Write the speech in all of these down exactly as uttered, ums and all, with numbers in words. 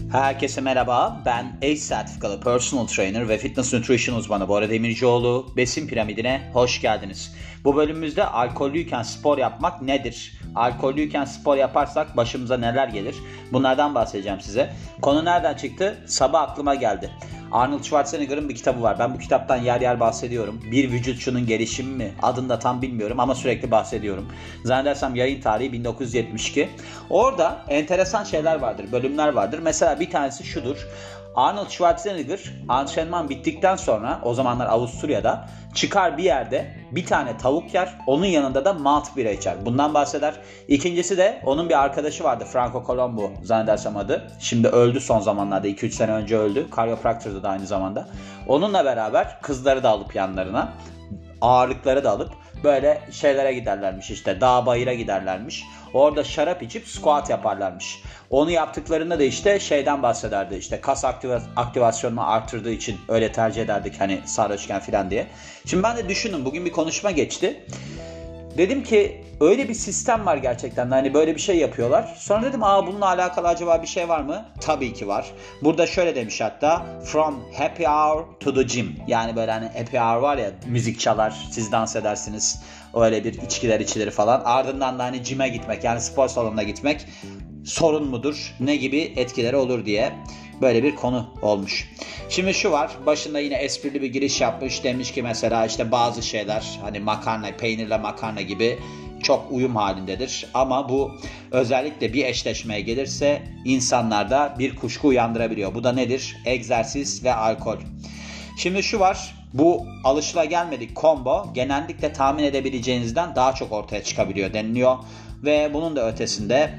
Herkese merhaba, ben A C E sertifikalı personal trainer ve fitness nutrition uzmanı Bora Demircioğlu. Besin piramidine hoş geldiniz. Bu bölümümüzde alkollüyken spor yapmak nedir? Alkollüyken spor yaparsak başımıza neler gelir? Bunlardan bahsedeceğim size. Konu nereden çıktı? Sabah aklıma geldi. Arnold Schwarzenegger'ın bir kitabı var. Ben bu kitaptan yer yer bahsediyorum. Bir vücutçunun gelişimi mi? Adını da tam bilmiyorum ama sürekli bahsediyorum. Zannedersem yayın tarihi bin dokuz yüz yetmiş iki. Orada enteresan şeyler vardır, bölümler vardır. Mesela bir tanesi şudur. Arnold Schwarzenegger antrenman bittikten sonra, o zamanlar Avusturya'da, çıkar bir yerde bir tane tavuk yer, onun yanında da malt bira içer. Bundan bahseder. İkincisi de onun bir arkadaşı vardı, Franco Colombo zannedersem adı. Şimdi öldü son zamanlarda, iki üç sene önce öldü. Chiropractor'dı da aynı zamanda. Onunla beraber kızları da alıp yanlarına, ağırlıkları da alıp böyle şeylere giderlermiş, işte dağ bayıra giderlermiş. Orada şarap içip squat yaparlarmış. Onu yaptıklarında da işte şeyden bahsederdi, işte kas aktiva- aktivasyonunu artırdığı için öyle tercih ederdik hani sarhoşken filan diye. Şimdi ben de düşündüm, bugün bir konuşma geçti. Dedim ki öyle bir sistem var gerçekten, hani böyle bir şey yapıyorlar. Sonra dedim aa bununla alakalı acaba bir şey var mı? Tabii ki var. Burada şöyle demiş hatta, from happy hour to the gym. Yani böyle hani happy hour var ya, müzik çalar, siz dans edersiniz. Öyle bir içkiler içilir falan. Ardından da hani gym'e gitmek, yani spor salonuna gitmek sorun mudur? Ne gibi etkileri olur diye böyle bir konu olmuş. Şimdi şu var, başında yine esprili bir giriş yapmış. Demiş ki mesela işte bazı şeyler hani makarna, peynirle makarna gibi çok uyum halindedir. Ama bu özellikle bir eşleşmeye gelirse insanlarda bir kuşku uyandırabiliyor. Bu da nedir? Egzersiz ve alkol. Şimdi şu var, bu alışılagelmedik combo genellikle tahmin edebileceğinizden daha çok ortaya çıkabiliyor deniliyor. Ve bunun da ötesinde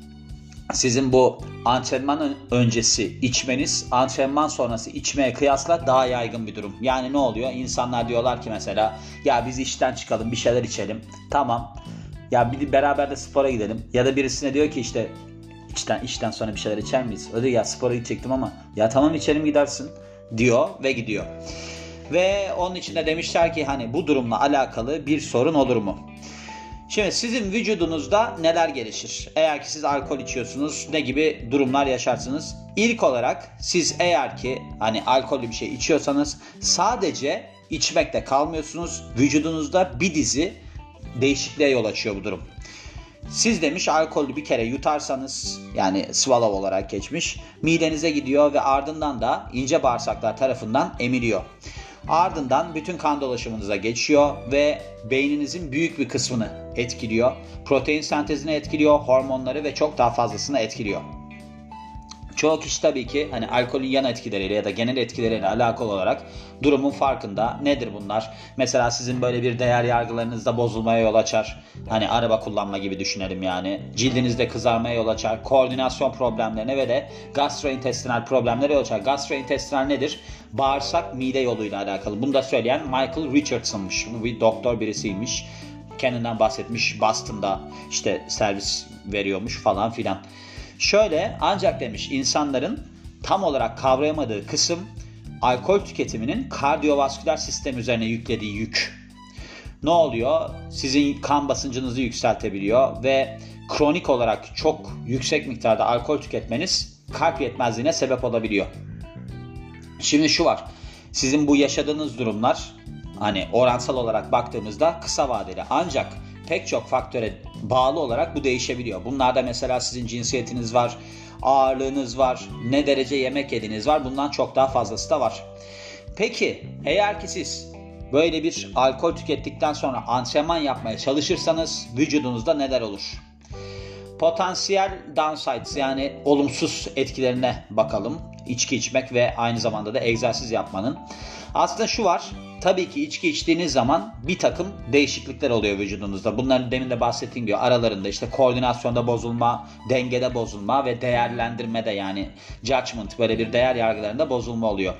sizin bu antrenman öncesi içmeniz antrenman sonrası içmeye kıyasla daha yaygın bir durum. Yani ne oluyor? İnsanlar diyorlar ki mesela ya biz işten çıkalım bir şeyler içelim. Tamam. Ya bir beraber de spora gidelim. Ya da birisine diyor ki işte işten, işten sonra bir şeyler içer miyiz? O diyor ya spora gidecektim ama ya tamam içelim gidersin diyor ve gidiyor. Ve onun için de demişler ki hani bu durumla alakalı bir sorun olur mu? Şimdi sizin vücudunuzda neler gelişir? Eğer ki siz alkol içiyorsunuz, ne gibi durumlar yaşarsınız? İlk olarak siz eğer ki hani alkollü bir şey içiyorsanız sadece içmekte kalmıyorsunuz. Vücudunuzda bir dizi değişikliğe yol açıyor bu durum. Siz demiş alkollü bir kere yutarsanız, yani swallow olarak geçmiş, midenize gidiyor ve ardından da ince bağırsaklar tarafından emiliyor. Ardından bütün kan dolaşımınıza geçiyor ve beyninizin büyük bir kısmını etkiliyor. Protein sentezini etkiliyor, hormonları ve çok daha fazlasını etkiliyor. Çoğu kişi tabii ki hani alkolün yan etkileriyle ya da genel etkileriyle alakalı olarak durumun farkında. Nedir bunlar? Mesela sizin böyle bir değer yargılarınızda bozulmaya yol açar. Hani araba kullanma gibi düşünelim yani. Cildinizde kızarmaya yol açar. Koordinasyon problemlerine ve de gastrointestinal problemlere yol açar. Gastrointestinal nedir? Bağırsak mide yoluyla alakalı. Bunu da söyleyen Michael Richardson'mış. Bu bir doktor birisiymiş. Kendinden bahsetmiş. Boston'da işte servis veriyormuş falan filan. Şöyle ancak demiş insanların tam olarak kavrayamadığı kısım alkol tüketiminin kardiyovasküler sistem üzerine yüklediği yük. Ne oluyor? Sizin kan basıncınızı yükseltebiliyor ve kronik olarak çok yüksek miktarda alkol tüketmeniz kalp yetmezliğine sebep olabiliyor. Şimdi şu var, sizin bu yaşadığınız durumlar hani oransal olarak baktığımızda kısa vadeli, ancak pek çok faktöre bağlı olarak bu değişebiliyor. Bunlarda mesela sizin cinsiyetiniz var, ağırlığınız var, ne derece yemek yediğiniz var. Bundan çok daha fazlası da var. Peki eğer ki siz böyle bir alkol tükettikten sonra antrenman yapmaya çalışırsanız vücudunuzda neler olur? Potansiyel downsides, yani olumsuz etkilerine bakalım. İçki içmek ve aynı zamanda da egzersiz yapmanın. Aslında şu var. Tabii ki içki içtiğiniz zaman bir takım değişiklikler oluyor vücudunuzda. Bunların demin de bahsettiğim gibi aralarında işte koordinasyonda bozulma, dengede bozulma ve değerlendirmede, yani judgment, böyle bir değer yargılarında bozulma oluyor.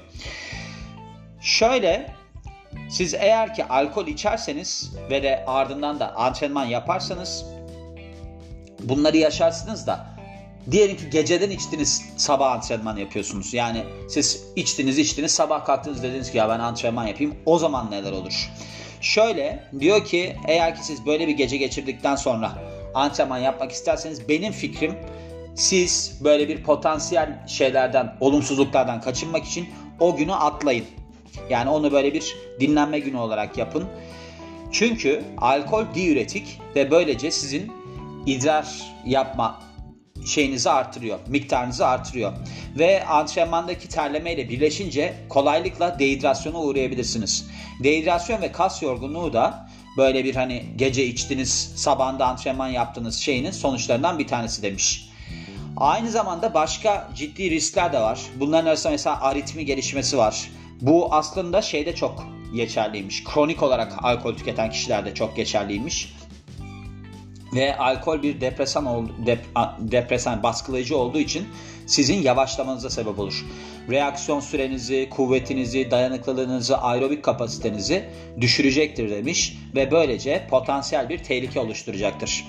Şöyle, siz eğer ki alkol içerseniz ve de ardından da antrenman yaparsanız bunları yaşarsınız da diyelim ki geceden içtiniz, sabah antrenman yapıyorsunuz. Yani siz içtiniz içtiniz sabah kalktınız, dediniz ki ya ben antrenman yapayım. O zaman neler olur? Şöyle diyor ki eğer ki siz böyle bir gece geçirdikten sonra antrenman yapmak isterseniz benim fikrim siz böyle bir potansiyel şeylerden, olumsuzluklardan kaçınmak için o günü atlayın. Yani onu böyle bir dinlenme günü olarak yapın. Çünkü alkol diüretik ve böylece sizin idrar yapma şeyinizi artırıyor, miktarınızı artırıyor. Ve antrenmandaki terlemeyle birleşince kolaylıkla dehidrasyona uğrayabilirsiniz. Dehidrasyon ve kas yorgunluğu da böyle bir hani gece içtiniz, sabahında antrenman yaptığınız şeyinin sonuçlarından bir tanesi demiş. Aynı zamanda başka ciddi riskler de var. Bunların arasında mesela aritmi gelişmesi var. Bu aslında şeyde çok geçerliymiş. Kronik olarak alkol tüketen kişilerde çok geçerliymiş. Ve alkol bir depresan, dep, depresan baskılayıcı olduğu için sizin yavaşlamanıza sebep olur. Reaksiyon sürenizi, kuvvetinizi, dayanıklılığınızı, aerobik kapasitenizi düşürecektir demiş ve böylece potansiyel bir tehlike oluşturacaktır.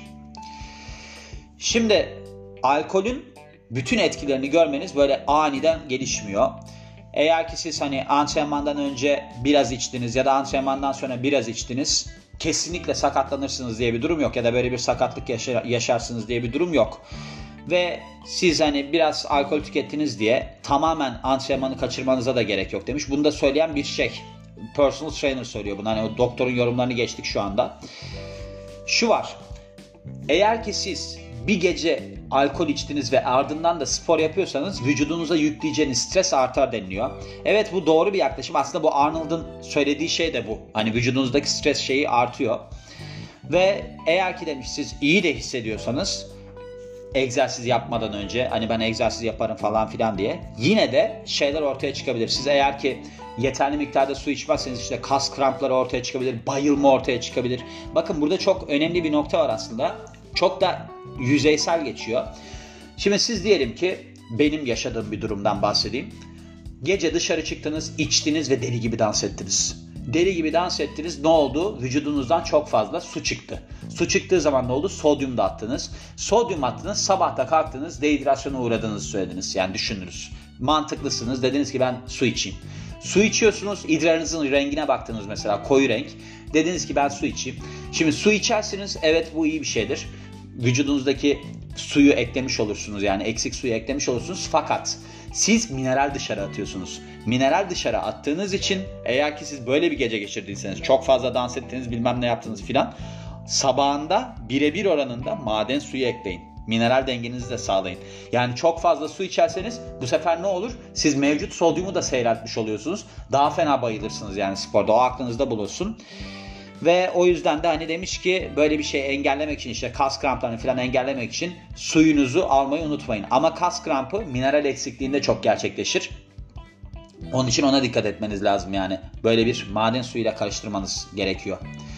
Şimdi alkolün bütün etkilerini görmeniz böyle aniden gelişmiyor. Eğer ki siz hani antrenmandan önce biraz içtiniz ya da antrenmandan sonra biraz içtiniz, kesinlikle sakatlanırsınız diye bir durum yok ya da böyle bir sakatlık yaşar, yaşarsınız diye bir durum yok. Ve siz hani biraz alkol tükettiniz diye tamamen antrenmanı kaçırmanıza da gerek yok demiş. Bunu da söyleyen bir şey. Personal trainer söylüyor bunu. Hani o doktorun yorumlarını geçtik şu anda. Şu var. Eğer ki siz bir gece alkol içtiniz ve ardından da spor yapıyorsanız vücudunuza yükleyeceğiniz stres artar deniliyor. Evet, bu doğru bir yaklaşım. Aslında bu Arnold'un söylediği şey de bu. Hani vücudunuzdaki stres şeyi artıyor. Ve eğer ki demiş siz iyi de hissediyorsanız egzersiz yapmadan önce hani ben egzersiz yaparım falan filan diye yine de şeyler ortaya çıkabilir. Siz eğer ki yeterli miktarda su içmezseniz işte kas krampları ortaya çıkabilir, bayılma ortaya çıkabilir. Bakın burada çok önemli bir nokta var aslında. Çok da yüzeysel geçiyor. Şimdi siz diyelim ki benim yaşadığım bir durumdan bahsedeyim. Gece dışarı çıktınız, içtiniz ve deli gibi dans ettiniz. Deli gibi dans ettiniz. Ne oldu? Vücudunuzdan çok fazla su çıktı. Su çıktığı zaman ne oldu? Sodyum da attınız. Sodyum attınız. Sabahta kalktınız. Dehidrasyona uğradığınızı söylediniz. Yani düşündünüz. Mantıklısınız. Dediniz ki ben su içeyim. Su içiyorsunuz. İdrarınızın rengine baktınız mesela. Koyu renk. Dediniz ki ben su içeyim. Şimdi su içersiniz. Evet, bu iyi bir şeydir. Vücudunuzdaki suyu eklemiş olursunuz. Yani eksik suyu eklemiş olursunuz. Fakat siz mineral dışarı atıyorsunuz. Mineral dışarı attığınız için eğer ki siz böyle bir gece geçirdiyseniz, çok fazla dans ettiniz, bilmem ne yaptınız filan, sabahında birebir oranında maden suyu ekleyin. Mineral dengenizi de sağlayın. Yani çok fazla su içerseniz bu sefer ne olur? Siz mevcut sodyumu da seyreltmiş oluyorsunuz. Daha fena bayılırsınız yani sporda. O aklınızda bulunsun. Ve o yüzden de hani demiş ki böyle bir şey engellemek için, işte kas kramplarını falan engellemek için suyunuzu almayı unutmayın. Ama kas krampı mineral eksikliğinde çok gerçekleşir. Onun için ona dikkat etmeniz lazım yani. Böyle bir maden suyuyla karıştırmanız gerekiyor.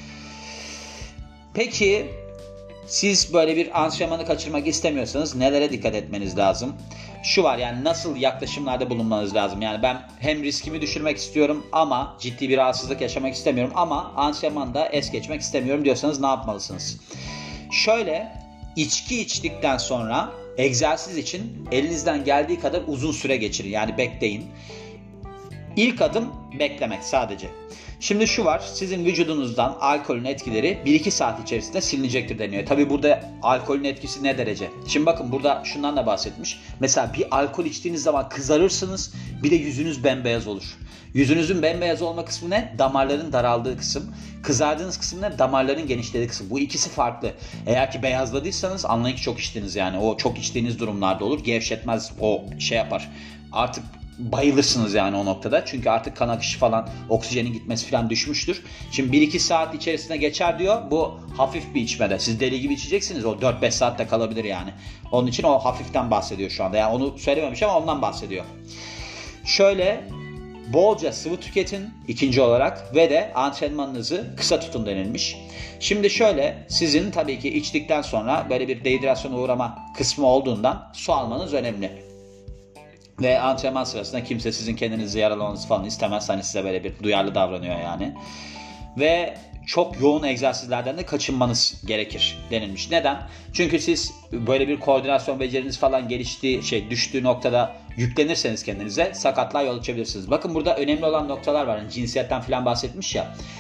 Peki siz böyle bir antrenmanı kaçırmak istemiyorsanız nelere dikkat etmeniz lazım? Şu var, yani nasıl yaklaşımlarda bulunmanız lazım. Yani ben hem riskimi düşürmek istiyorum ama ciddi bir rahatsızlık yaşamak istemiyorum ama antrenmanda es geçmek istemiyorum diyorsanız ne yapmalısınız? Şöyle, içki içtikten sonra egzersiz için elinizden geldiği kadar uzun süre geçirin. Yani bekleyin. İlk adım beklemek sadece. Şimdi şu var, sizin vücudunuzdan alkolün etkileri bir iki saat içerisinde silinecektir deniyor. Tabi burada alkolün etkisi ne derece? Şimdi bakın, burada şundan da bahsetmiş. Mesela bir alkol içtiğiniz zaman kızarırsınız, bir de yüzünüz bembeyaz olur. Yüzünüzün bembeyaz olma kısmı ne? Damarların daraldığı kısım. Kızardığınız kısım ne? Damarların genişlediği kısım. Bu ikisi farklı. Eğer ki beyazladıysanız anlayın ki çok içtiniz yani. O çok içtiğiniz durumlarda olur. Gevşetmez, o şey yapar. Artık bayılırsınız yani o noktada. Çünkü artık kan akışı falan, oksijenin gitmesi falan düşmüştür. Şimdi bir iki saat içerisinde geçer diyor. Bu hafif bir içmede. Siz deli gibi içeceksiniz. O dört beş saatte kalabilir yani. Onun için o hafiften bahsediyor şu anda. Yani onu söylememiş ama ondan bahsediyor. Şöyle, bolca sıvı tüketin ikinci olarak ve de antrenmanınızı kısa tutun denilmiş. Şimdi şöyle, sizin tabii ki içtikten sonra böyle bir dehidrasyona uğrama kısmı olduğundan su almanız önemli. Ve antrenman sırasında kimse sizin kendinizi yaralamanızı falan istemez. Hani size böyle bir duyarlı davranıyor yani. Ve çok yoğun egzersizlerden de kaçınmanız gerekir denilmiş. Neden? Çünkü siz böyle bir koordinasyon beceriniz falan geliştiği, şey düştüğü noktada yüklenirseniz kendinize sakatlığa yol açabilirsiniz. Bakın burada önemli olan noktalar var. Yani cinsiyetten falan bahsetmiş ya.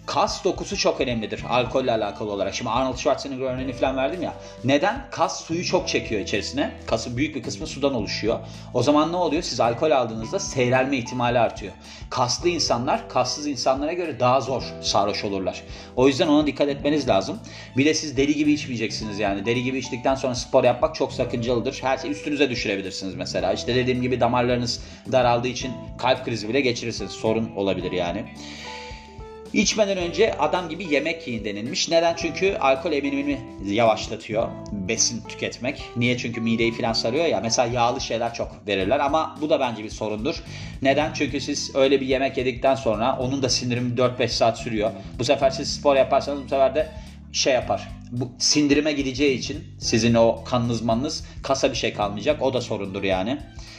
Kas dokusu çok önemlidir alkolle alakalı olarak. Şimdi Arnold Schwarzenegger örneğini falan verdim ya. Neden? Kas suyu çok çekiyor içerisine. Kasın büyük bir kısmı sudan oluşuyor. O zaman ne oluyor? Siz alkol aldığınızda seyrelme ihtimali artıyor. Kaslı insanlar kassız insanlara göre daha zor sarhoş olurlar. O yüzden ona dikkat etmeniz lazım. Bir de siz deli gibi içmeyeceksiniz yani. Deli gibi içtikten sonra spor yapmak çok sakıncalıdır. Her şeyi üstünüze düşürebilirsiniz mesela. İşte dediğim gibi damarlarınız daraldığı için kalp krizi bile geçirirsiniz. Sorun olabilir yani. İçmeden önce adam gibi yemek yiyin denilmiş. Neden? Çünkü alkol eminimini yavaşlatıyor. Besin tüketmek. Niye? Çünkü mideyi falan sarıyor ya. Mesela yağlı şeyler çok verirler ama bu da bence bir sorundur. Neden? Çünkü siz öyle bir yemek yedikten sonra onun da sindirimi dört beş saat sürüyor. Bu sefer siz spor yaparsanız bu sefer de şey yapar. Bu sindirime gideceği için sizin o kanınız manınız kasa bir şey kalmayacak. O da sorundur yani.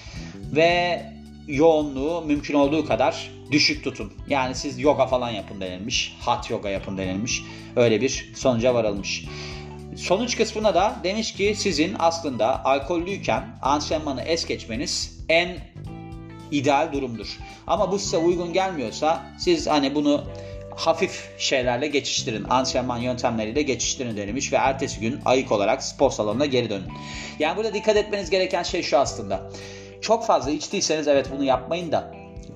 Ve yoğunluğu mümkün olduğu kadar düşük tutun. Yani siz yoga falan yapın denilmiş. Hot yoga yapın denilmiş. Öyle bir sonuca varılmış. Sonuç kısmına da demiş ki sizin aslında alkollüyken antrenmanı es geçmeniz en ideal durumdur. Ama bu size uygun gelmiyorsa siz hani bunu hafif şeylerle geçiştirin. Antrenman yöntemleriyle geçiştirin denilmiş ve ertesi gün ayık olarak spor salonuna geri dönün. Yani burada dikkat etmeniz gereken şey şu aslında. Çok fazla içtiyseniz evet bunu yapmayın da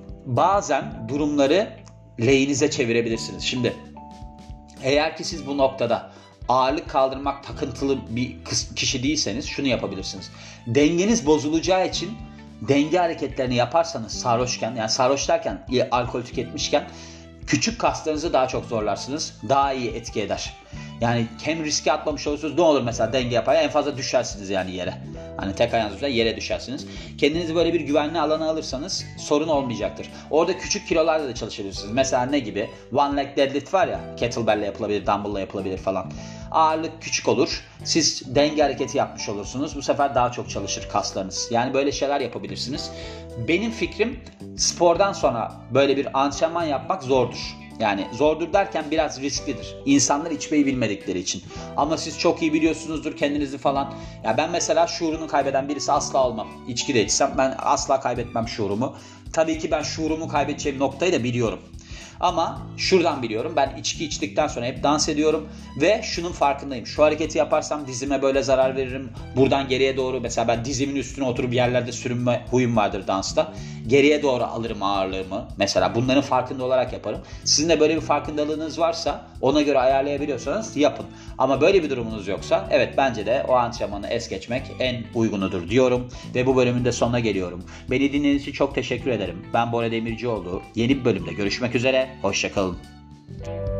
bazen durumları lehinize çevirebilirsiniz. Şimdi eğer ki siz bu noktada ağırlık kaldırmak takıntılı bir kişi değilseniz şunu yapabilirsiniz. Dengeniz bozulacağı için denge hareketlerini yaparsanız sarhoşken, yani sarhoş derken alkol tüketmişken küçük kaslarınızı daha çok zorlarsınız. Daha iyi etki eder. Yani hem riske atmamış olursunuz, ne olur mesela denge yapar en fazla düşersiniz yani yere. Hani tek ayağınız üzerine yere düşersiniz. Kendinizi böyle bir güvenli alana alırsanız sorun olmayacaktır. Orada küçük kilolarla da çalışabilirsiniz. Mesela ne gibi? One leg deadlift var ya, kettlebell'le yapılabilir, dumbbell'la yapılabilir falan. Ağırlık küçük olur. Siz denge hareketi yapmış olursunuz. Bu sefer daha çok çalışır kaslarınız. Yani böyle şeyler yapabilirsiniz. Benim fikrim spordan sonra böyle bir antrenman yapmak zordur. Yani zordur derken biraz risklidir. İnsanlar içmeyi bilmedikleri için. Ama siz çok iyi biliyorsunuzdur kendinizi falan. Ya ben mesela şuurunu kaybeden birisi asla olmam. İçki de içsem ben asla kaybetmem şuurumu. Tabii ki ben şuurumu kaybedeceğim noktayı da biliyorum. Ama şuradan biliyorum, ben içki içtikten sonra hep dans ediyorum ve şunun farkındayım. Şu hareketi yaparsam dizime böyle zarar veririm. Buradan geriye doğru mesela ben dizimin üstüne oturup yerlerde sürünme huyum vardır dansta. Geriye doğru alırım ağırlığımı. Mesela bunların farkında olarak yaparım. Sizin de böyle bir farkındalığınız varsa ona göre ayarlayabiliyorsanız yapın. Ama böyle bir durumunuz yoksa evet bence de o antrenmanı es geçmek en uygunudur diyorum. Ve bu bölümün de sonuna geliyorum. Beni dinlediğiniz için çok teşekkür ederim. Ben Bora Demircioğlu. Yeni bir bölümde görüşmek üzere. Hoşça kalın.